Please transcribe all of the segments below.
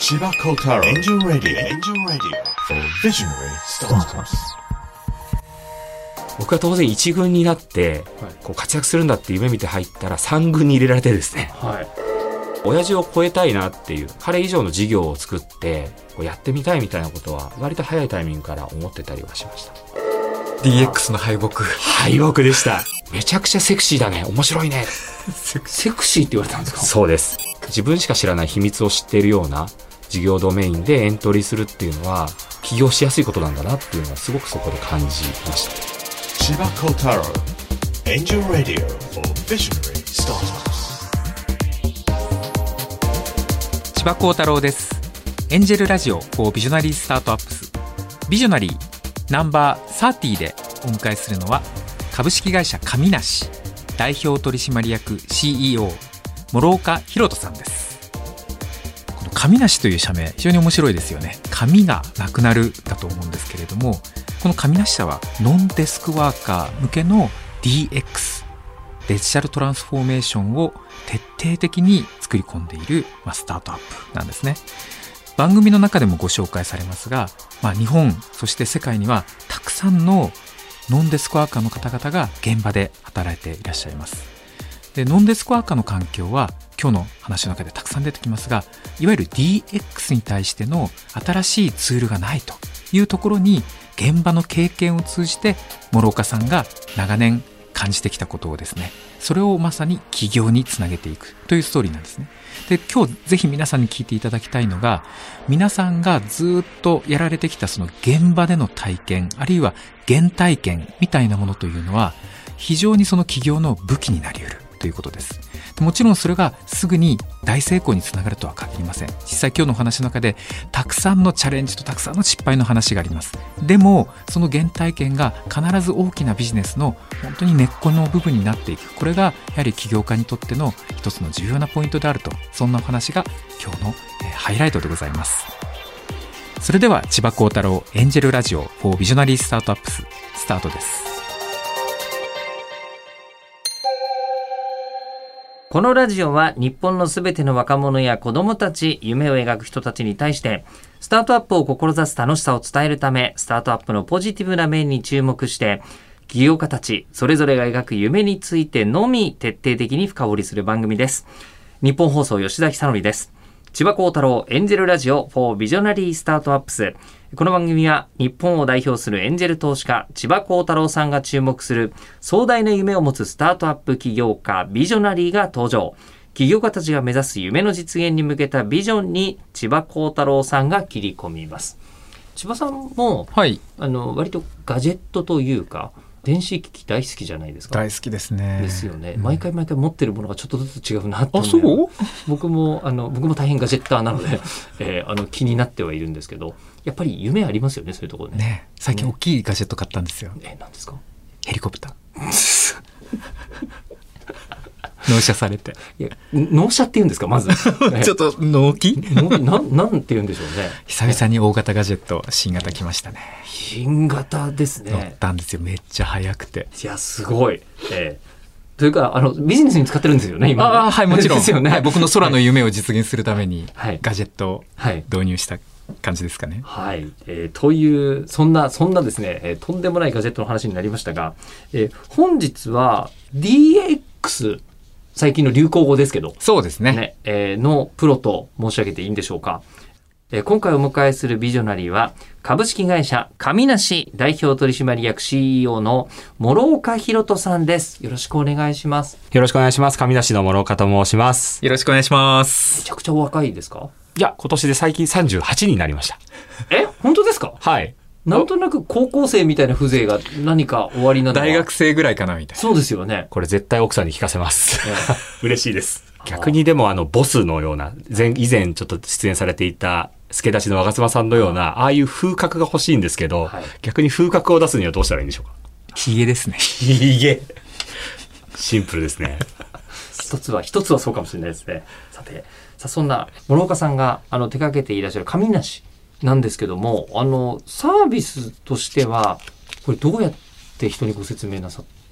千葉幸太郎エンジェルラディオVisionary Startups。 僕は当然1軍になってこう活躍するんだって夢見て入ったら3軍に入れられてですね、親父を超えたいなっていう彼以上の事業を作ってこうやってみたいみたいなことは割と早いタイミングから思ってたりはしました。 DX の敗北でした。めちゃくちゃセクシーだね、面白いねセクシーって言われたんですか？そうです。自分しか知らない秘密を知っているような事業ドメインでエントリーするっていうのは起業しやすいことなんだなっていうのはすごくそこで感じました。 千葉幸太郎エンジェルラディオ for Visionary Startups。 千葉幸太郎です。エンジェルラジオ for Visionary Startups ビジョナリーナンバー30でお迎えするのは株式会社神梨代表取締役 CEO 諸岡弘人さんです。この神梨という社名非常に面白いですよね。紙がなくなるだと思うんですけれども、この神梨社はノンデスクワーカー向けの DX デジタルトランスフォーメーションを徹底的に作り込んでいる、スタートアップなんですね。番組の中でもご紹介されますが、日本そして世界にはたくさんのノンデスクワーカーの方々が現場で働いていらっしゃいます。でノンデスクワーカーの環境は今日の話の中でたくさん出てきますが、いわゆる DX に対しての新しいツールがないというところに現場の経験を通じて諸岡さんが長年感じてきたことをですね、それをまさに起業につなげていくというストーリーなんですね。で今日ぜひ皆さんに聞いていただきたいのが、皆さんがずっとやられてきたその現場での体験、あるいは原体験みたいなものというのは非常にその起業の武器になり得るということです。もちろんそれがすぐに大成功につながるとは限りません。実際今日のお話の中でたくさんのチャレンジとたくさんの失敗の話があります。でもその原体験が必ず大きなビジネスの本当に根っこの部分になっていく。これがやはり起業家にとっての一つの重要なポイントであると、そんなお話が今日のハイライトでございます。それでは千葉幸太郎エンジェルラジオ for Visionary Startups スタートです。 このラジオは日本のすべての若者や子どもたち、夢を描く人たちに対してスタートアップを志す楽しさを伝えるため、スタートアップのポジティブな面に注目して起業家たちそれぞれが描く夢についてのみ徹底的に深掘りする番組です。日本放送吉崎久典です。千葉幸太郎エンジェルラジオ for Visionary Startups。この番組は日本を代表するエンジェル投資家千葉幸太郎さんが注目する壮大な夢を持つスタートアップ起業家ビジョナリーが登場。起業家たちが目指す夢の実現に向けたビジョンに千葉幸太郎さんが切り込みます。千葉さんも、割とガジェットというか電子機器大好きじゃないですか。 大好きですね。 ですよね。毎回持ってるものがちょっとずつ違うなって思う。 そう？ 僕も大変ガジェッターなので、気になってはいるんですけど、やっぱり夢ありますよね、そういうところね。 最近大きいガジェット買ったんですよ。 何ですか？ ヘリコプター。納車されて。 いや、納車って言うんですか、まず。 ちょっと納期？ なんて言うんでしょうね。 久々に大型ガジェット、新型来ましたね。 新型ですね。 乗ったんですよ。めっちゃ速くて。 いや、すごい。というか、ビジネスに使ってるんですよね、今ね。 はい、もちろん。 ですよね。 僕の空の夢を実現するために、ガジェットを導入した感じですかね。 はい。という、そんなですね、とんでもないガジェットの話になりましたが、本日は DX、最近の流行語ですけど。 そうですね。 のプロと申し上げていいんでしょうか。今回お迎えするビジョナリーは、株式会社神梨代表取締役 CEO の諸岡弘人さんです。よろしくお願いします。 よろしくお願いします。神梨の諸岡と申します。 よろしくお願いします。 めちゃくちゃお若いですか？ いや、今年で最近38になりました。 本当ですか？ はい。 なんとなく高校生みたいな風情が何か終わりなのは大学生ぐらいかなみたいな。 そうですよね。 これ絶対奥さんに聞かせます。嬉しいです。逆にでもボスのような以前ちょっと出演されていた助立ちの吾妻さんのようなああいう風格が欲しいんですけど、逆に風格を出すにはどうしたらいいんでしょうか？ ヒゲですね。 ヒゲ。シンプルですね。 一つはそうかもしれないですね。さて、そんな諸岡さんが手掛けていらっしゃる神梨なんですけども、サービスとしてはこれどうやって人にご説明なさって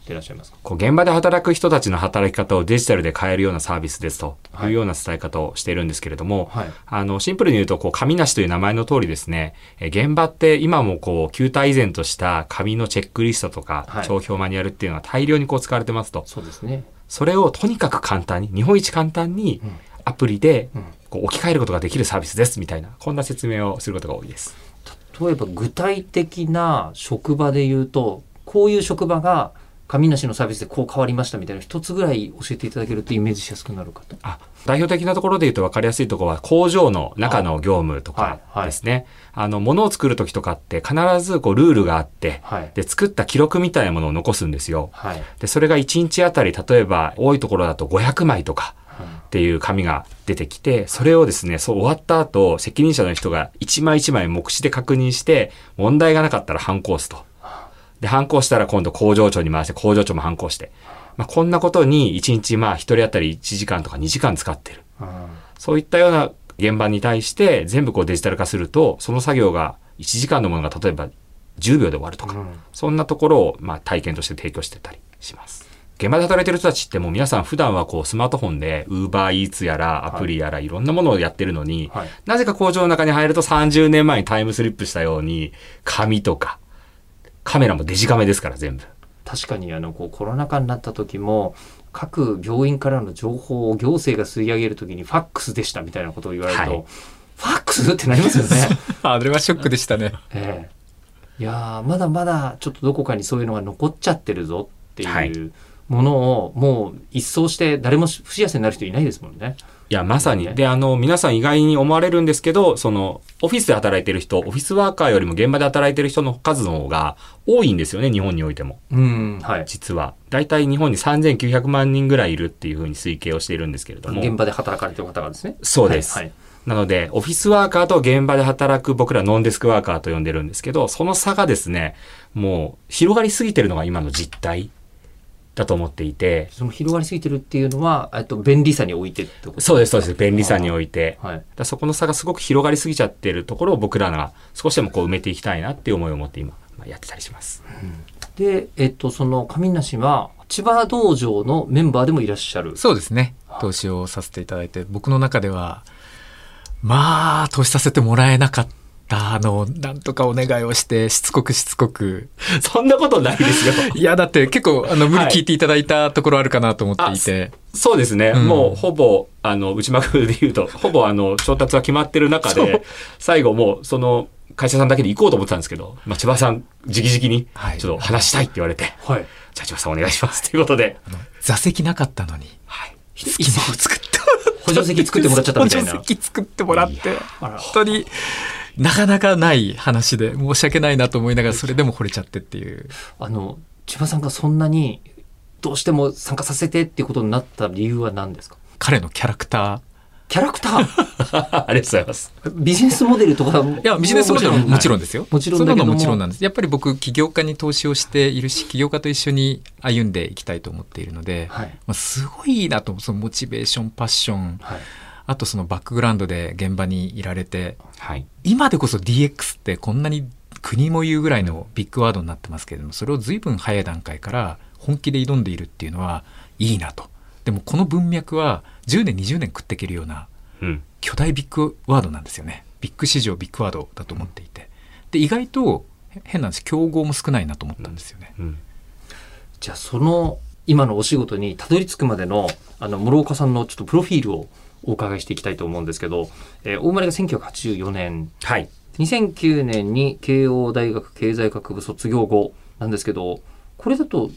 ってらっしゃいますか？ 現場で働く人たちの働き方をデジタルで変えるようなサービスですというような伝え方をしているんですけれども、シンプルに言うと紙なしという名前の通りですね、現場って今も旧体依然とした紙のチェックリストとか帳票マニュアルっていうのが大量に使われてますと。 そうですね。それをとにかく簡単に、日本一簡単にアプリで置き換えることができるサービスですみたいな、こんな説明をすることが多いです。 例えば具体的な職場で言うと、こういう職場が紙なしのサービスでこう変わりましたみたいな一つぐらい教えていただけるとイメージしやすくなるかと。 代表的なところで言うと分かりやすいところは工場の中の業務とかですね。物を作る時とかって必ずルールがあって、で作った記録みたいなものを残すんですよ。でそれが1日あたり例えば多いところだと500枚とかっていう紙が出てきて、それをですね、終わった後責任者の人が一枚一枚目視で確認して問題がなかったらハンコ押すと。で、ハンコしたら今度工場長に回して工場長もハンコして。こんなことに1日1人当たり1時間とか2時間使ってる。そういったような現場に対して全部デジタル化すると、その作業が1時間のものが例えば10秒で終わるとか、そんなところを体験として提供してたりします。現場で働いてる人たちってもう皆さん普段はスマートフォンで Uber Eats やらアプリやらいろんなものをやってるのに、なぜか工場の中に入ると30年前にタイムスリップしたように紙とかカメラもデジカメですから全部。 確かにコロナ禍になった時も各病院からの情報を行政が吸い上げる時にファックスでしたみたいなことを言われると、ファックスってなりますよね。 あれはショックでしたね。 いやまだまだちょっとどこかにそういうのが残っちゃってるぞっていうものをもう一掃して誰も不幸せになる人いないですもんね。 いや、まさに。で、皆さん意外に思われるんですけど、オフィスで働いてる人、オフィスワーカーよりも現場で働いてる人の数の方が多いんですよね、日本においても。実は。だいたい日本に3900万人ぐらいいるっていうふうに推計をしているんですけれども。 現場で働かれてる方がですね。 そうです。なので、オフィスワーカーと現場で働く僕らノンデスクワーカーと呼んでるんですけど、その差がですね、もう広がりすぎてるのが今の実態だと思っていて、 その広がりすぎてるっていうのは便利さにおいてってこと？ そうですそうです。便利さにおいて、だそこの差がすごく広がりすぎちゃってるところを僕らが少しでも埋めていきたいなっていう思いを持って今、やってたりします。 で、その紙なしは千葉道場のメンバーでもいらっしゃる？ そうですね。投資をさせていただいて、僕の中では投資させてもらえなかったなんとかお願いをしてしつこくそんなことないですよ。 いやだって結構無理聞いていただいたところあるかなと思っていて、 そうですね、もうほぼ内幕で言うとほぼ調達は決まってる中で最後もうその会社さんだけで行こうと思ってたんですけど、千葉さん直々にちょっと話したいって言われて、じゃあ千葉さんお願いしますということで、 座席なかったのに、 隙間を作って補助席作ってもらっちゃったみたいな。 補助席作ってもらって本当になかなかない話で申し訳ないなと思いながら、それでも惚れちゃってっていう。 千葉さんがそんなにどうしても参加させてっていうことになった理由は何ですか？ 彼のキャラクターありがとうございます。 ビジネスモデルとか？ いや、ビジネスモデルももちろんですよ。 もちろんだけども、 そんなのもちろんなんです。やっぱり僕起業家に投資をしているし、起業家と一緒に歩んでいきたいと思っているので、すごいいいなと思う。そのモチベーション、パッション、あとそのバックグラウンドで現場にいられて、今でこそ DX ってこんなに国も言うぐらいのビッグワードになってますけれども、それを随分早い段階から本気で挑んでいるっていうのはいいなと。でもこの文脈は10年20年食っていけるような巨大ビッグワードなんですよね。ビッグ市場ビッグワードだと思っていて、で意外と変なんです、競合も少ないなと思ったんですよね。 じゃあその今のお仕事にたどり着くまでの諸岡さんのちょっとプロフィールをお伺いしていきたいと思うんですけど、お生まれが1984年、2009年に慶応大学経済学部卒業後なんですけど、これだと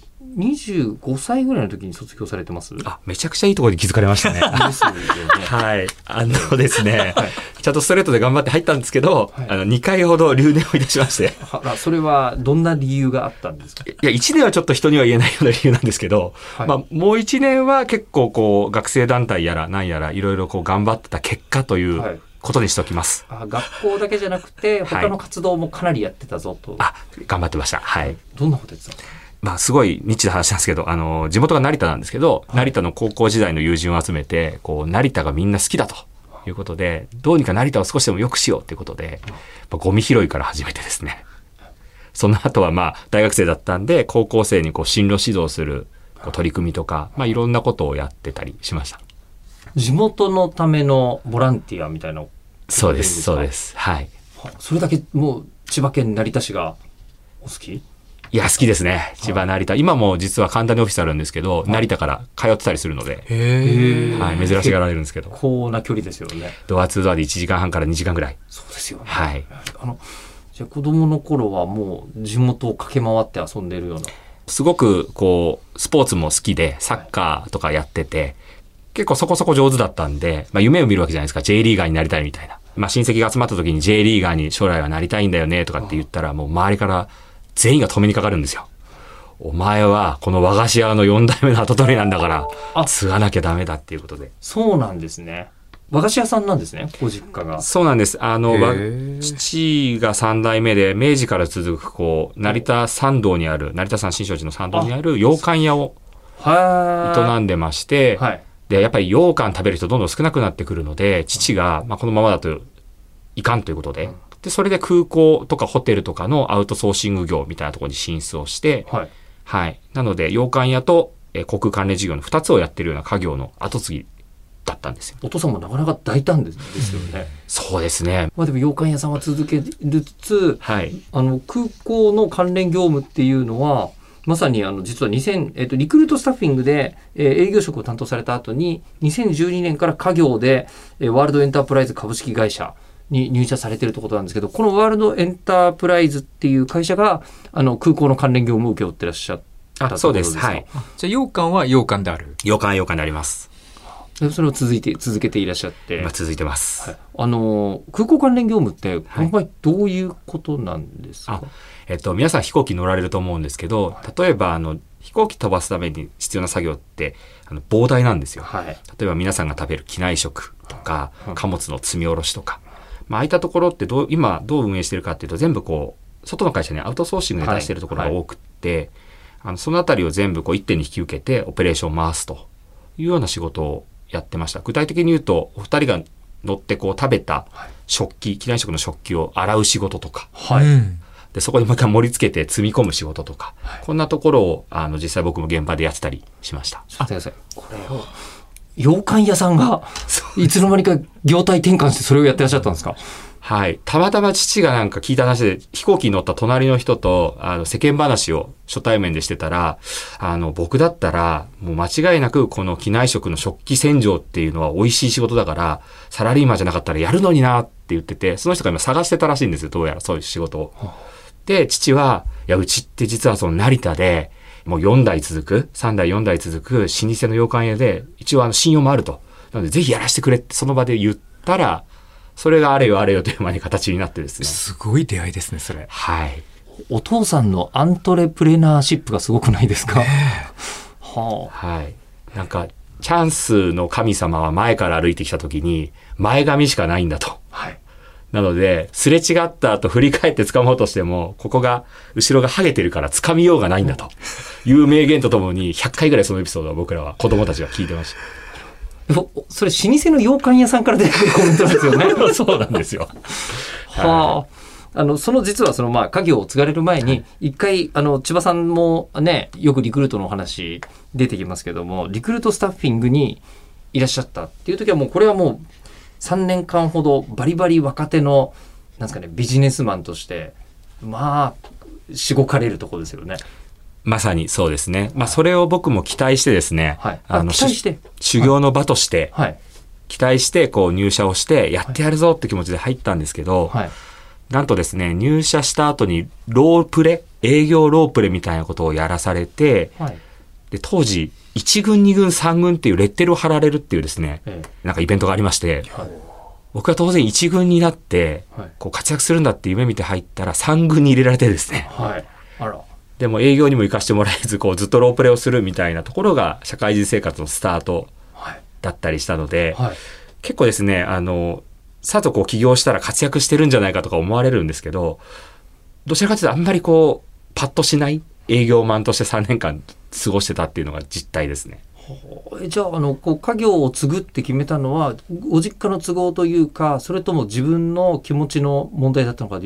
25歳ぐらいの時に卒業されてます？ めちゃくちゃいいところに気づかれましたね。ですよね。ですね、ちゃんとストレートで頑張って入ったんですけど、2回ほど留年をいたしまして。 それはどんな理由があったんですか？ いや、1年はちょっと人には言えないような理由なんですけど、もう1年は結構学生団体やら何やらいろいろ頑張ってた結果ということにしておきます。 学校だけじゃなくて他の活動もかなりやってたぞと。 頑張ってました。 どんなことやってたんですか？ すごいニッチな話なんですけど、地元が成田なんですけど、成田の高校時代の友人を集めて、成田がみんな好きだということで、どうにか成田を少しでも良くしようということで、ゴミ拾いから始めてですね。 その後は大学生だったんで、高校生に進路指導する取り組みとか、いろんなことをやってたりしました。 地元のためのボランティアみたいな。 そうです、そうです。はい。 それだけもう千葉県成田市がお好き？ いや、好きですね。千葉成田。今も実は神田にオフィスあるんですけど、成田から通ってたりするので、はい、珍しがられるんですけど。 結構な距離ですよね。 ドア2ドアで1時間半から2時間ぐらい。 そうですよね。 はい。 じゃあ子供の頃はもう地元を駆け回って遊んでるような。 すごくスポーツも好きで、サッカーとかやってて、結構そこそこ上手だったんで、夢を見るわけじゃないですか。J リーガーになりたいみたいな。親戚が集まった時に J リーガーに将来はなりたいんだよねとかって言ったら、もう周りから全員が止めにかかるんですよ。お前はこの和菓子屋の4代目の跡取りなんだから継がなきゃダメだっていうことで。 そうなんですね。和菓子屋さんなんですね、ご実家が。 そうなんです。父が3代目で、明治から続く成田参道にある、成田山新勝寺の参道にある羊羹屋を営んでまして、でやっぱり羊羹食べる人どんどん少なくなってくるので、父がこのままだといかんということで、でそれで空港とかホテルとかのアウトソーシング業みたいなところに進出をして、はい。なので、羊羹屋と航空関連事業の2つをやってるような家業の後継ぎだったんですよ。 お父さんもなかなか大胆ですよね。 そうですね。 でも羊羹屋さんは続けるつつ、空港の関連業務っていうのは、まさに実はリクルートスタッフィングで、営業職を担当された後に、2012年から家業で、ワールドエンタープライズ株式会社に入社されているということなんですけど、このワールドエンタープライズっていう会社が空港の関連業務を請け負ってらっしゃったということですか？ そうです。はい。 じゃあ羊羹は羊羹である。 羊羹であります。 それを続けていらっしゃって。 今続いてます。 はい、空港関連業務ってこの場合どういうことなんですか？ 皆さん飛行機乗られると思うんですけど、例えば飛行機飛ばすために必要な作業って膨大なんですよ。例えば皆さんが食べる機内食とか、貨物の積み下ろしとか。ああいったところって今どう運営してるかっていうと、全部外の会社にアウトソーシングで出してるところが多くって、そのあたりを全部一手に引き受けてオペレーションを回すというような仕事をやってました。具体的に言うと、お二人が乗って食べた食器、機内食の食器を洗う仕事とか、でそこにもう一回盛り付けて積み込む仕事とか、こんなところを実際僕も現場でやってたりしました。 これを羊羹屋さんがいつの間にか業態転換してそれをやってらっしゃったんですか？ はい。たまたま父が聞いた話で、飛行機に乗った隣の人と世間話を初対面でしてたら、僕だったらもう間違いなくこの機内食の食器洗浄っていうのは美味しい仕事だから、サラリーマンじゃなかったらやるのになって言ってて、その人が今探してたらしいんですよ。どうやらそういう仕事を。で、父は、うちって実は成田で、もう3代4代続く老舗の羊羹屋で、一応信用もあると。なのでぜひやらせてくれってその場で言ったら、それがあれよという間に形になってですね。 すごい出会いですね、それ。 はい。 お父さんのアントレプレナーシップがすごくないですか？ はい。チャンスの神様は前から歩いてきた時に、前髪しかないんだと。なので、すれ違った後振り返って掴もうとしても、後ろが剥げてるから掴みようがないんだという名言とともに、100回ぐらいそのエピソードを僕らは子供たちが聞いてました。 それ老舗の羊羹屋さんから出てくるコメントなんですよね。 そうなんですよ。 実は家業を継がれる前に、一回、千葉さんもね、よくリクルートのお話出てきますけども、リクルートスタッフィングにいらっしゃったっていう時はこれはもう、3年間ほどバリバリ若手のビジネスマンとしてしごかれるところですよね。 まさにそうですね。それを僕も期待してですね、修行の場として期待して入社をしてやってやるぞって気持ちで入ったんですけど、なんとですね、入社した後に営業ロープレみたいなことをやらされて、で当時1軍2軍3軍っていうレッテルを貼られるっていうですね、イベントがありまして、僕は当然1軍になって活躍するんだって夢見て入ったら3軍に入れられてですね、でも営業にも行かせてもらえずずっとロープレをするみたいなところが社会人生活のスタートだったりしたので、結構ですねさぞ起業したら活躍してるんじゃないかとか思われるんですけど、どちらかというとあんまりパッとしない営業マンとして3年間過ごしてたっていうのが実態ですね。 じゃあ家業を継ぐって決めたのはご実家の都合というか、それとも自分の気持ちの問題だったのかでいうとどっ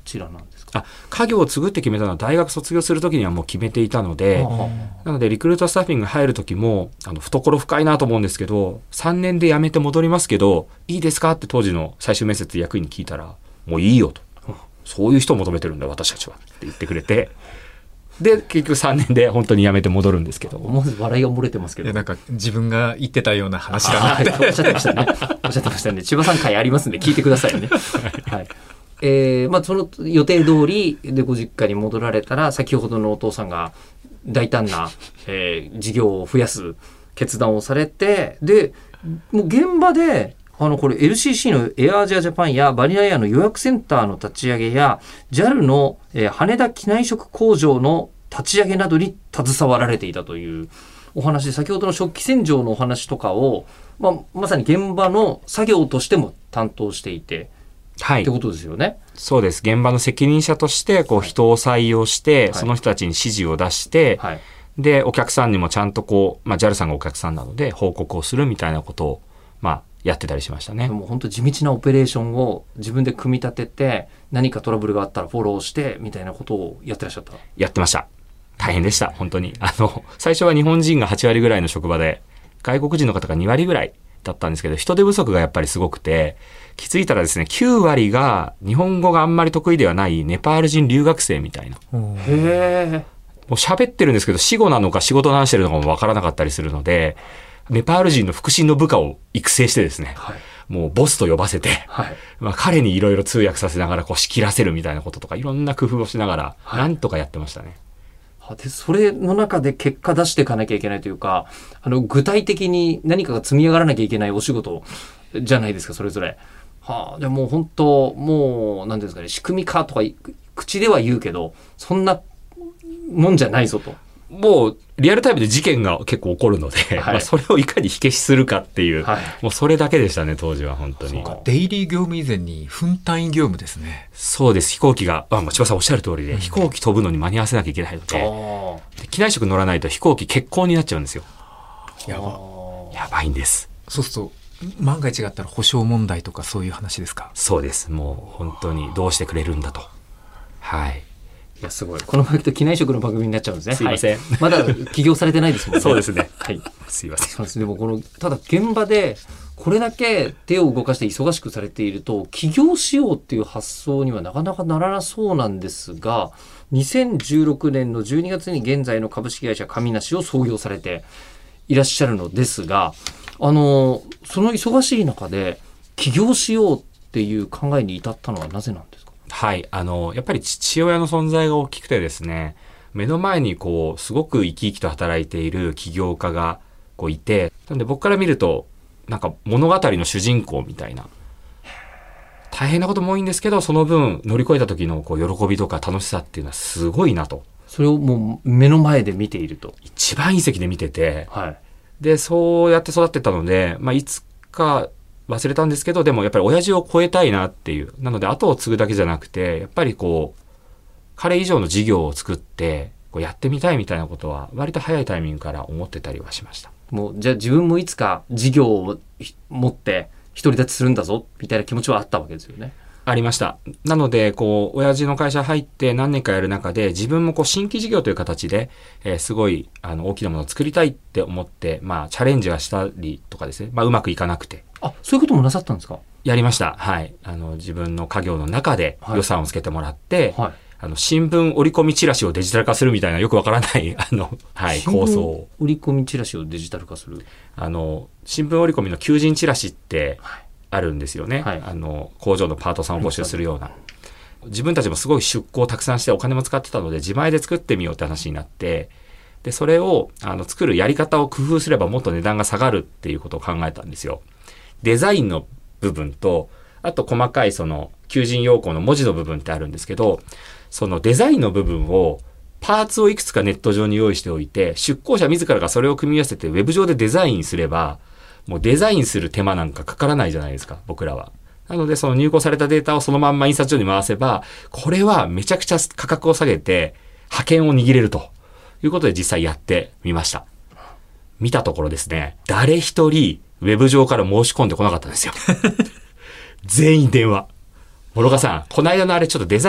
ちらなんですか？ 家業を継ぐって決めたのは大学卒業するときにはもう決めていたので、なのでリクルートスタッフィング入るときも懐深いなと思うんですけど、3年で辞めて戻りますけどいいですかって当時の最終面接役員に聞いたら、もういいよと、そういう人を求めてるんだ私たちはって言ってくれて、で結局3年で本当に辞めて戻るんですけど、 思わず笑いが漏れてますけど、 なんか自分が言ってたような話だなっておっしゃってましたね。おっしゃってましたね。千葉さん会ありますんで聞いてくださいね。はい。その予定通りでご実家に戻られたら、先ほどのお父さんが大胆な、事業を増やす決断をされて、でもう現場でこれ LCC のエアアジアジャパンやバニラエアの予約センターの立ち上げや JAL の、羽田機内食工場の立ち上げなどに携わられていたというお話で、先ほどの食器洗浄のお話とかを、まさに現場の作業としても担当していて、 はい、 ってことですよね。 そうです。現場の責任者として人を採用して、その人たちに指示を出して、でお客さんにもちゃんとJAL さんがお客さんなので報告をするみたいなことをやってたりしましたね。 もう本当地道なオペレーションを自分で組み立てて、何かトラブルがあったらフォローしてみたいなことをやってらっしゃった。 やってました。大変でした本当に。最初は日本人が8割ぐらいの職場で、外国人の方が2割ぐらいだったんですけど、人手不足がやっぱりすごくて、気づいたらですね、9割が日本語があんまり得意ではないネパール人留学生みたいな。 へー。 もう喋ってるんですけど、死語なのか仕事何してるのかもわからなかったりするので、ネパール人の腹心の部下を育成してですね、もうボスと呼ばせて、彼にいろいろ通訳させながら仕切らせるみたいなこととか、いろんな工夫をしながら、なんとかやってましたね。 でそれの中で結果出していかなきゃいけないというか、具体的に何かが積み上がらなきゃいけないお仕事じゃないですか、それぞれ。じゃあもう本当、もう何ですかね、仕組みかとか口では言うけど、そんなもんじゃないぞと。 もうリアルタイムで事件が結構起こるので、それをいかに火消しするかっていう、もうそれだけでしたね当時は本当に。 デイリー業務以前に分単位業務ですね。 そうです。飛行機が千葉さんおっしゃる通りで、飛行機飛ぶのに間に合わせなきゃいけないので、機内食乗らないと飛行機欠航になっちゃうんですよ。やばいんです。 そうすると万が一があったら保証問題とかそういう話ですか？ そうです。もう本当にどうしてくれるんだと。 いやすごい。このままいくと機内食の番組になっちゃうんですね。 すいません。 まだ起業されてないですもんね。 そうですね。 すいません。そうです。でもただ現場でこれだけ手を動かして忙しくされていると、起業しようっていう発想にはなかなかならなそうなんですが、2016年の12月に現在の株式会社神梨を創業されていらっしゃるのですが、その忙しい中で起業しようっていう考えに至ったのはなぜなんですか？ やっぱり父親の存在が大きくてですね、目の前にすごく生き生きと働いている起業家がいて、なんで僕から見るとなんか物語の主人公みたいな、大変なことも多いんですけど、その分乗り越えた時の喜びとか楽しさっていうのはすごいなと。 それをもう目の前で見ていると。 一番いい席で見てて、でそうやって育ってたので、いつか忘れたんですけど、でもやっぱり親父を超えたいなっていう。なので後を継ぐだけじゃなくて、やっぱり彼以上の事業を作ってやってみたいみたいなことは割と早いタイミングから思ってたりはしました。 もうじゃあ自分もいつか事業を持って独り立ちするんだぞみたいな気持ちはあったわけですよね。 ありました。なので親父の会社入って何年かやる中で、自分も新規事業という形で、すごい大きなものを作りたいって思って、チャレンジはしたりとかですね、うまくいかなくて。 そういうこともなさったんですか？ やりました。自分の家業の中で予算をつけてもらって、新聞折り込みチラシをデジタル化するみたいなよくわからない構想を。 折り込みチラシをデジタル化する。 新聞折り込みの求人チラシってあるんですよね。工場のパートさんを募集するような。自分たちもすごい出向をたくさんしてお金も使ってたので、自前で作ってみようって話になって、でそれを作るやり方を工夫すればもっと値段が下がるっていうことを考えたんですよ。デザインの部分と、あと細かい求人要項の文字の部分ってあるんですけど、そのデザインの部分をパーツをいくつかネット上に用意しておいて、出向者自らがそれを組み合わせてウェブ上でデザインすれば、もうデザインする手間なんかかからないじゃないですか、僕らは。なのでその入稿されたデータをそのまんま印刷所に回せば、これはめちゃくちゃ価格を下げて覇権を握れるということで実際やってみました。見たところですね、誰一人ウェブ上から申し込んでこなかったんですよ。全員電話。諸岡さん、この間のあれちょっとデザイン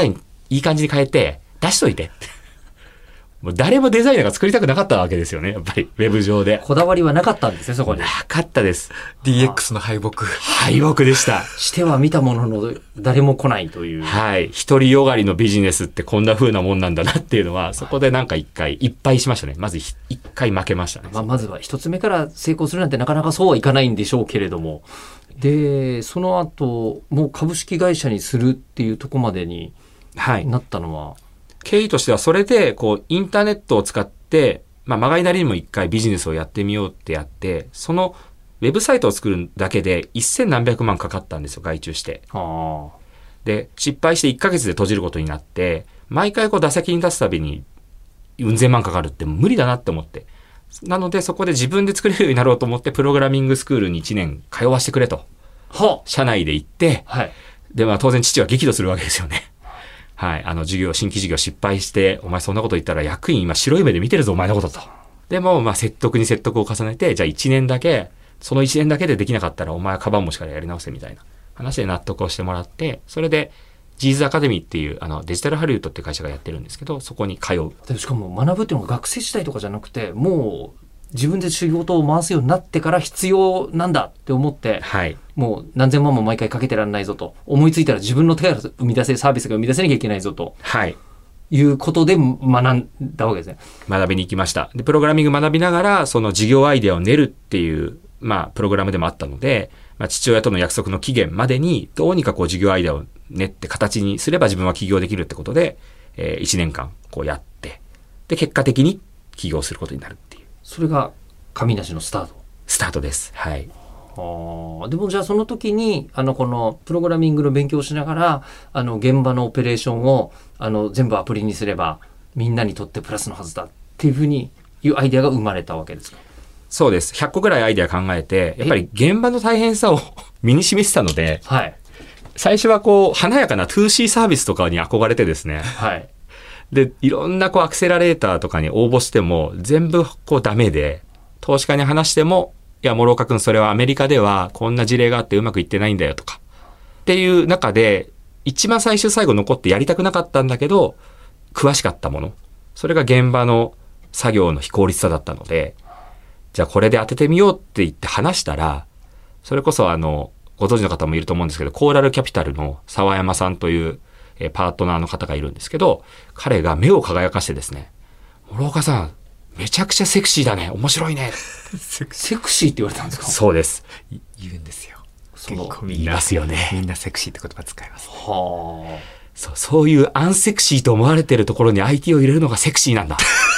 いい感じに変えて出しといてもう誰もデザイナーが作りたくなかったわけですよね。やっぱりウェブ上でこだわりはなかったんですね、そこに。 なかったです。 DX の敗北でしたしては見たものの誰も来ないという。 はい。独りよがりのビジネスってこんな風なもんなんだなっていうのは、そこでなんかいっぱいしましたね。まず一回負けましたね。 まずは一つ目から成功するなんてなかなかそうはいかないんでしょうけれども。で、その後、もう株式会社にするっていうところまでになったのは、 経緯としてはそれで、こう、インターネットを使って、まあ、まがいなりにも一回ビジネスをやってみようってやって、そのウェブサイトを作るだけで1000何百万かかったんですよ、外注して。で、失敗して1ヶ月で閉じることになって、毎回こう打席に立つたびに、うん千万かかるって無理だなって思って。なので、そこで自分で作れるようになろうと思って、プログラミングスクールに1年通わせてくれと。社内で行って、で、まあ当然父は激怒するわけですよね。はい。新規事業失敗して、お前そんなこと言ったら役員今白い目で見てるぞ、お前のことと。でも、まあ説得に説得を重ねて、じゃあ1年だけ、その1年だけでできなかったらお前はカバン持ちからやり直せみたいな話で納得をしてもらって、それで、ジーズアカデミーっていうデジタルハリウッドっていう会社がやってるんですけど、そこに通う。 でしかも学ぶっていうのが学生時代とかじゃなくて、もう自分で仕事を回すようになってから必要なんだって思って、もう何千万も毎回かけてらんないぞと、思いついたら自分の手から生み出せるサービスが生み出せなきゃいけないぞと、いうことで学んだわけですね。 学びに行きました。で、プログラミング学びながら、その事業アイデアを練るっていう、まあ、プログラムでもあったので、まあ、父親との約束の期限までに、どうにかこう事業アイデアを練って形にすれば自分は起業できるってことで、1年間こうやって、で、結果的に起業することになるっていう。 それが、神梨のスタートです。はい。 でもじゃあその時に、このプログラミングの勉強をしながら、現場のオペレーションを、全部アプリにすれば、みんなにとってプラスのはずだっていうふうに、いうアイデアが生まれたわけですか？ そうです。100個ぐらいアイデア考えて、やっぱり現場の大変さを身に示したので、最初はこう、華やかな 2C サービスとかに憧れてですね。で、いろんなこうアクセラレーターとかに応募しても、全部こうダメで、投資家に話しても、いや、諸岡君、それはアメリカではこんな事例があってうまくいってないんだよとか。っていう中で、一番最後残ってやりたくなかったんだけど、詳しかったもの。それが現場の作業の非効率さだったので、じゃあこれで当ててみようって言って話したら、それこそご存知の方もいると思うんですけど、コーラルキャピタルの沢山さんというパートナーの方がいるんですけど、彼が目を輝かしてですね、諸岡さん、めちゃくちゃセクシーだね。面白いね。 セクシーって言われたんですか？ そうです。 言うんですよ。 結構言いますよね。 みんなセクシーって言葉使います、ね。 そういうアンセクシーと思われてるところに IT を入れるのがセクシーなんだ。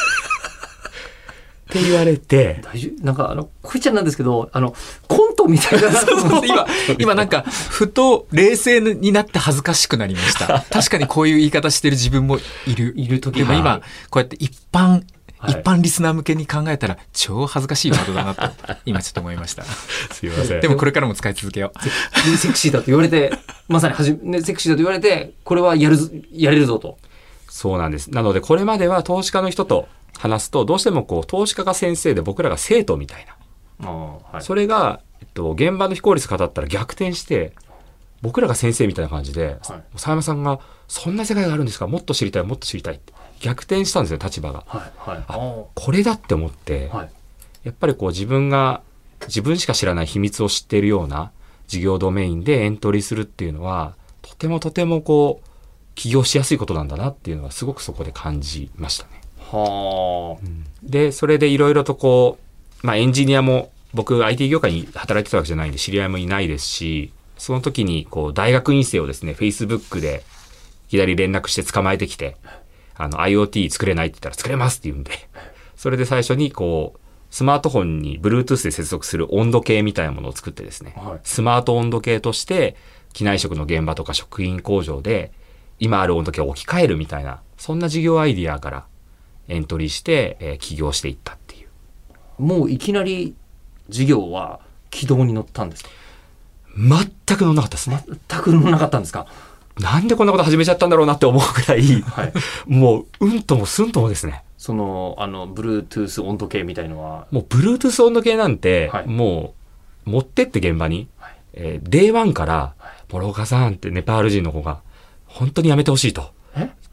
って言われて。 なんかこいちゃんなんですけど、コントみたいな。 今なんか、ふと冷静になって恥ずかしくなりました。確かにこういう言い方してる自分もいる時でも今、こうやって一般リスナー向けに考えたら超恥ずかしいワードだなと今ちょっと思いました。 すいません。 でもこれからも使い続けよう。セクシーだと言われて、まさにセクシーだと言われて、これはやれるぞと。 そうなんです。なのでこれまでは投資家の人と話すと、どうしてもこう投資家が先生で僕らが生徒みたいな。それが、現場の非効率語ったら逆転して、僕らが先生みたいな感じで、沢山さんがそんな世界があるんですか、もっと知りたいって逆転したんですよ、立場が。これだって思って、やっぱりこう自分しか知らない秘密を知っているような事業ドメインでエントリーするっていうのは、とてもこう起業しやすいことなんだなっていうのはすごくそこで感じましたね。で、それでいろいろとこう、エンジニアも僕 IT 業界に働いてたわけじゃないんで知り合いもいないですし、その時にこう大学院生をですね、Facebook でいきなり連絡して捕まえてきて、IoT 作れないって言ったら作れますって言うんで、それで最初にこう、スマートフォンに Bluetooth で接続する温度計みたいなものを作ってですね、スマート温度計として機内食の現場とか食品工場で今ある温度計を置き換えるみたいな、そんな事業アイディアからエントリーして、起業していったっていう。 もういきなり事業は軌道に乗ったんですか？ 全く乗んなかったですね。 全く乗んなかったんですか？ なんでこんなこと始めちゃったんだろうなって思うくらい、もううんともすんともですね。 Bluetooth 温度計みたいのはもう Bluetooth 温度計なんて、もう持ってって現場に、Day1 から諸岡さんってネパール人の子が本当にやめてほしいと。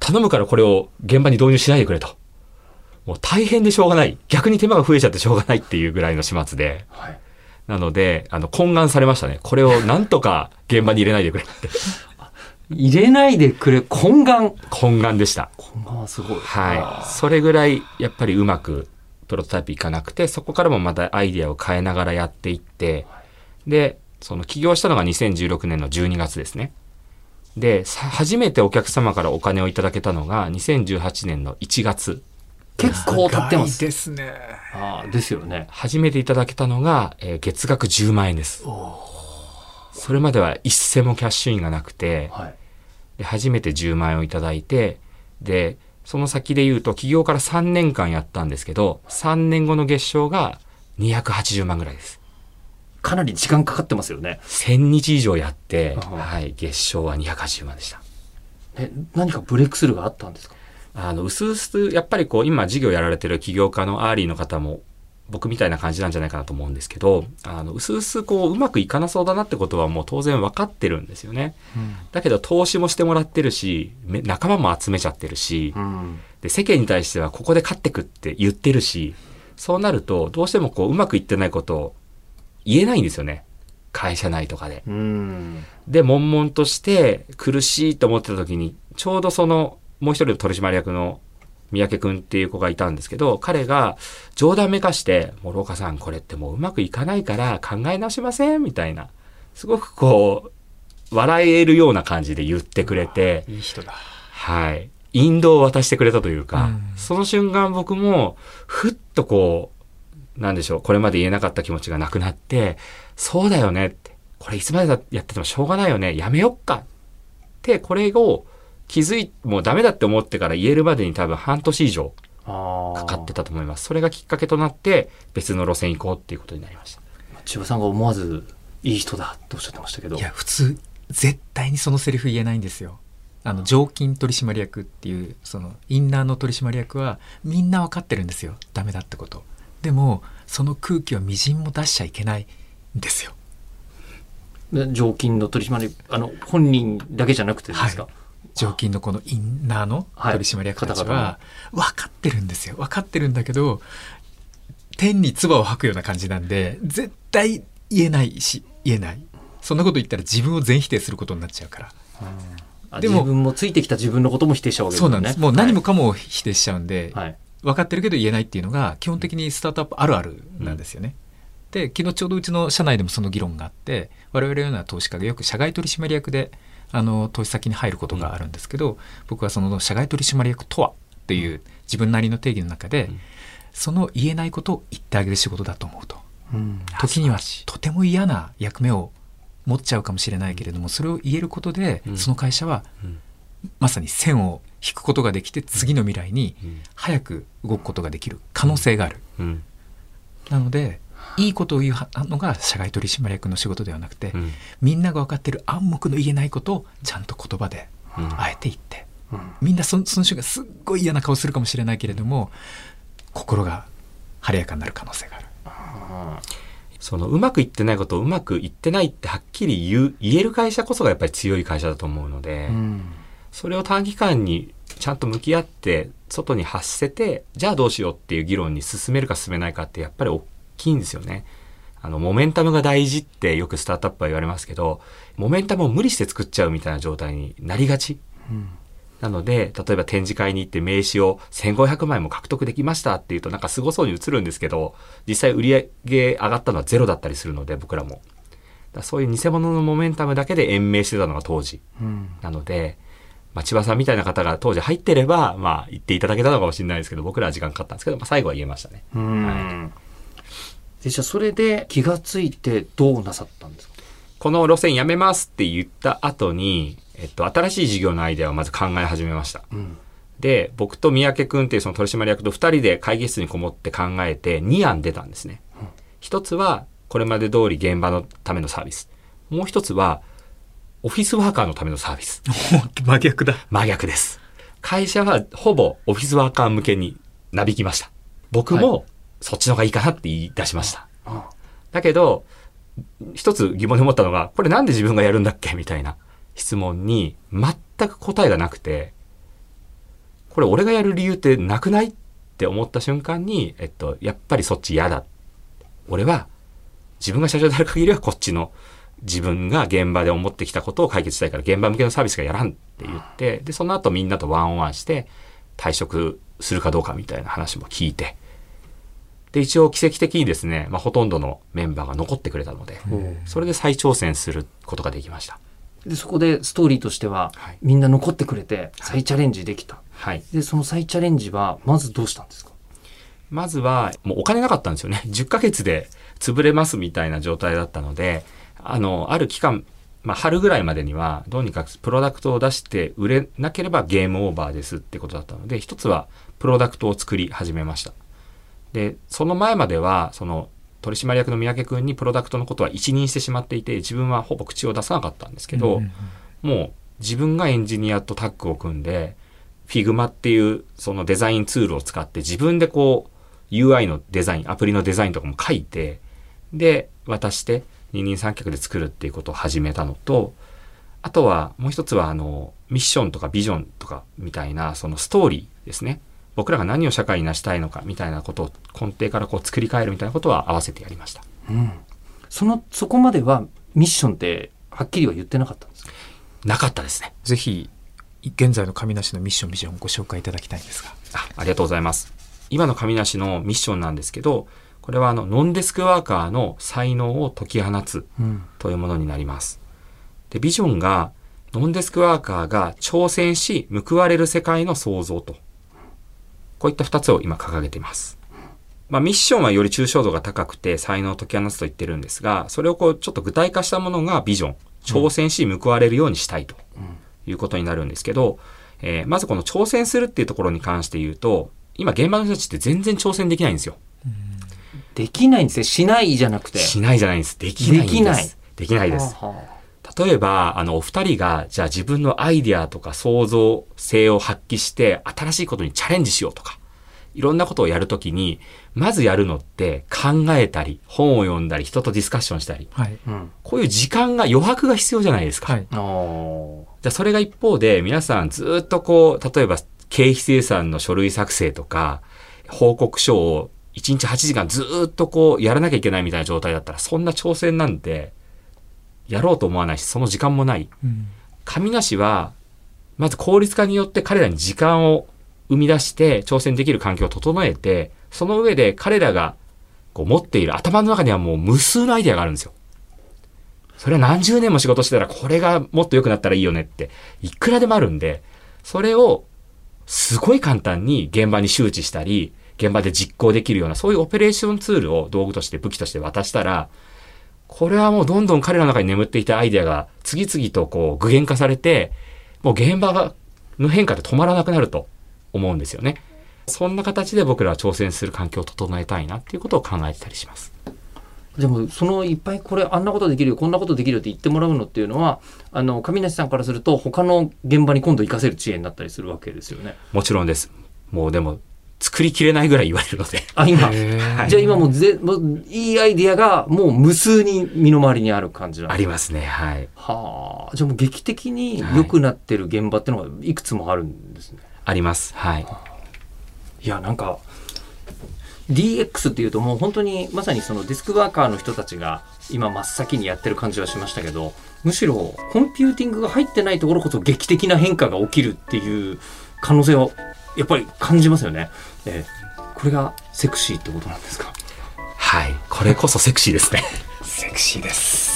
頼むからこれを現場に導入しないでくれと。もう大変でしょうがない。逆に手間が増えちゃってしょうがないっていうぐらいの始末で。はい、なので、懇願されましたね。これをなんとか現場に入れないでくれって。 入れないでくれ、懇願。 懇願でした。 懇願はすごい。 はい。それぐらい、やっぱりうまくプロトタイプいかなくて、そこからもまたアイデアを変えながらやっていって、で、起業したのが2016年の12月ですね。で、初めてお客様からお金をいただけたのが2018年の1月。 結構経ってます。 ですね。 ですよね。 初めていただけたのが、月額10万円です。それまでは一銭もキャッシュインがなくて、はい、で初めて10万円をいただいて、で、その先で言うと起業から3年間やったんですけど、3年後の月賞が280万ぐらいです。 かなり時間かかってますよね。 1000日以上やって、はい、月賞は280万でした。 何かブレイクスルーがあったんですか？ うすうす、やっぱり今事業やられてる起業家のアーリーの方も、僕みたいな感じなんじゃないかなと思うんですけど、うすうすうまくいかなそうだなってことはもう当然分かってるんですよね。だけど投資もしてもらってるし、仲間も集めちゃってるし、で世間に対してはここで勝ってくって言ってるし、そうなるとどうしてもうまくいってないことを言えないんですよね。会社内とかで。で、悶々として苦しいと思ってた時に、ちょうどもう一人の取締役の三宅くんっていう子がいたんですけど、彼が冗談めかして、諸岡さんこれってもううまくいかないから考え直しませんみたいな、すごく笑えるような感じで言ってくれて、 いい人だ。 はい。引導を渡してくれたというか、その瞬間僕も、ふっとなんでしょう、これまで言えなかった気持ちがなくなって、そうだよねって、これいつまでやっててもしょうがないよね、やめよっかって、これをもうダメだって思ってから言えるまでに多分半年以上かかってたと思います。それがきっかけとなって別の路線行こうっていうことになりました。 千葉さんが思わずいい人だとおっしゃってましたけど。 いや、普通絶対にそのセリフ言えないんですよ。常勤取締役っていうインナーの取締役はみんな分かってるんですよ、ダメだってこと。でもその空気をみじんも出しちゃいけないんですよ。 常勤の取締役、本人だけじゃなくてですか？はい、 常勤のこのインナーの取締役たちは分かってるんですよ。分かってるんだけど、天に唾を吐くような感じなんで、絶対言えないし、言えない。そんなこと言ったら自分を全否定することになっちゃうから。 でも自分もついてきた自分のことも否定しちゃうわけですね。 そうなんです。もう何もかも否定しちゃうんで、はい、分かってるけど言えないっていうのが基本的にスタートアップあるあるなんですよね。で、昨日ちょうどうちの社内でもその議論があって、我々のような投資家がよく社外取締役で投資先に入ることがあるんですけど、僕はその社外取締役とはっていう自分なりの定義の中で、その言えないことを言ってあげる仕事だと思うと、時にはとても嫌な役目を持っちゃうかもしれないけれども、それを言えることで、その会社はまさに線を引くことができて、次の未来に早く動くことができる可能性がある。なのでいいことを言うのが社外取締役の仕事ではなくて、みんなが分かっている暗黙の言えないことをちゃんと言葉であえて言って、みんなその瞬間すっごい嫌な顔するかもしれないけれども、心が晴れやかになる可能性がある。 うまくいってないことをうまくいってないってはっきり言える会社こそがやっぱり強い会社だと思うので、それを短期間にちゃんと向き合って外に発せて、じゃあどうしようっていう議論に進めるか進めないかってやっぱり大きいんですよね。モメンタムが大事ってよくスタートアップは言われますけど、モメンタムを無理して作っちゃうみたいな状態になりがち。なので、例えば展示会に行って名刺を1500枚も獲得できましたっていうとなんかすごそうに映るんですけど、実際売り上げ上がったのはゼロだったりするので、僕らも。そういう偽物のモメンタムだけで延命してたのが当時。なので、千葉さんみたいな方が当時入ってれば、言っていただけたのかもしれないですけど、僕らは時間かかったんですけど、最後は言えましたね。 で、じゃあそれで気がついてどうなさったんですか？ この路線やめますって言った後に、新しい事業のアイデアをまず考え始めました。で、僕と三宅くんっていうその取締役と2人で会議室にこもって考えて2案出たんですね。一つはこれまで通り現場のためのサービス。もう一つはオフィスワーカーのためのサービス。 真逆だ。 真逆です。会社はほぼオフィスワーカー向けになびきました。僕もそっちの方がいいかなって言い出しました。だけど、一つ疑問に思ったのが、これなんで自分がやるんだっけみたいな質問に全く答えがなくて、 これ俺がやる理由ってなくないって思った瞬間に、やっぱりそっち嫌だ。俺は自分が社長である限りはこっちの自分が現場で思ってきたことを解決したいから現場向けのサービスがやらんって言って、でその後みんなとワンオンワンして退職するかどうかみたいな話も聞いて、で一応奇跡的にですね、ほとんどのメンバーが残ってくれたので、それで再挑戦することができました。 でそこでストーリーとしては、みんな残ってくれて再チャレンジできた、でその再チャレンジはまずどうしたんですか？ まずはもうお金なかったんですよね。10ヶ月で潰れますみたいな状態だったので、ある期間、春ぐらいまでにはどうにかプロダクトを出して売れなければゲームオーバーですってことだったので、一つはプロダクトを作り始めました。でその前まではその取締役の三宅君にプロダクトのことは一任してしまっていて、自分はほぼ口を出さなかったんですけど、もう自分がエンジニアとタッグを組んで Figma っていうそのデザインツールを使って自分でこう UI のデザイン、アプリのデザインとかも書いて、で渡して二人三脚で作るっていうことを始めたのと、あとはもう一つはミッションとかビジョンとかみたいなそのストーリーですね。僕らが何を社会に成したいのかみたいなことを根底からこう作り変えるみたいなことは合わせてやりました。 そこまではミッションってはっきりは言ってなかったんですか？ なかったですね。 ぜひ現在の神梨のミッションビジョンをご紹介いただきたいんですが。 ありがとうございます。今の神梨のミッションなんですけど、これはノンデスクワーカーの才能を解き放つというものになります。でビジョンがノンデスクワーカーが挑戦し報われる世界の創造と、こういった2つを今掲げています。ミッションはより抽象度が高くて才能を解き放つと言ってるんですが、それをこうちょっと具体化したものがビジョン、挑戦し報われるようにしたいということになるんですけど、まずこの挑戦するっていうところに関して言うと、今現場の人たちって全然挑戦できないんですよ。 できないんですね。しないじゃなくて。 しないじゃないんです。できないんです。できないです。例えばお二人がじゃあ自分のアイディアとか創造性を発揮して新しいことにチャレンジしようとか、いろんなことをやるときにまずやるのって考えたり本を読んだり人とディスカッションしたり、こういう時間が余白が必要じゃないですか。じゃあそれが一方で皆さんずっとこう例えば経費精算の書類作成とか報告書を1日8時間ずっとこうやらなきゃいけないみたいな状態だったら、そんな挑戦なんてやろうと思わないし、その時間もない。神梨はまず効率化によって彼らに時間を生み出して挑戦できる環境を整えて、その上で彼らがこう持っている頭の中にはもう無数のアイデアがあるんですよ。それは何十年も仕事してたらこれがもっと良くなったらいいよねっていくらでもあるんで、それをすごい簡単に現場に周知したり現場で実行できるようなそういうオペレーションツールを道具として武器として渡したら、これはもうどんどん彼らの中に眠っていたアイデアが次々とこう具現化されて、もう現場の変化で止まらなくなると思うんですよね。そんな形で僕らは挑戦する環境を整えたいなっていうことを考えてたりします。 でもそのいっぱいこれあんなことできるよこんなことできるよって言ってもらうのっていうのは神梨さんからすると他の現場に今度活かせる知恵になったりするわけですよね。 もちろんです。もうでも作りきれないぐらい言われるので。 今、じゃあ今もういいアイディアがもう無数に身の回りにある感じなんですか？ ありますね。はい。 じゃあもう劇的に良くなってる現場っていうのがいくつもあるんですね。 あります。はい。 いやなんか DX っていうともう本当にまさにそのデスクワーカーの人たちが今真っ先にやってる感じはしましたけど、むしろコンピューティングが入ってないところこそ劇的な変化が起きるっていう可能性をやっぱり感じますよね。これがセクシーってことなんですか？ はい、これこそセクシーですね。 セクシーです、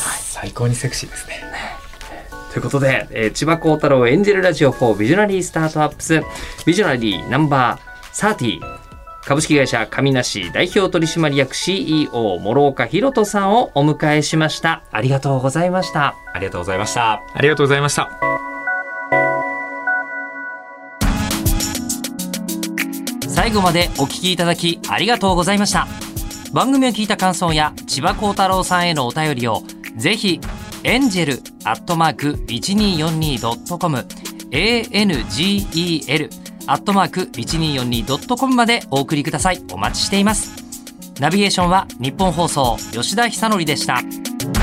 最高にセクシーですね。 ということで、千葉幸太郎エンジェルラジオ4ビジョナリースタートアップスビジョナリーナンバー30株式会社神梨代表取締役 CEO 諸岡弘人さんをお迎えしました。ありがとうございました。 ありがとうございました。 ありがとうございました。 最後までお聞きいただきありがとうございました。番組を聞いた感想や千葉幸太郎さんへのお便りをぜひangel@1242.com angel@1242.com までお送りください。お待ちしています。ナビゲーションは日本放送吉田久典でした。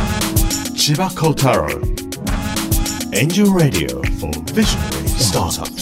千葉幸太郎 Angel Radio for Visionary Startup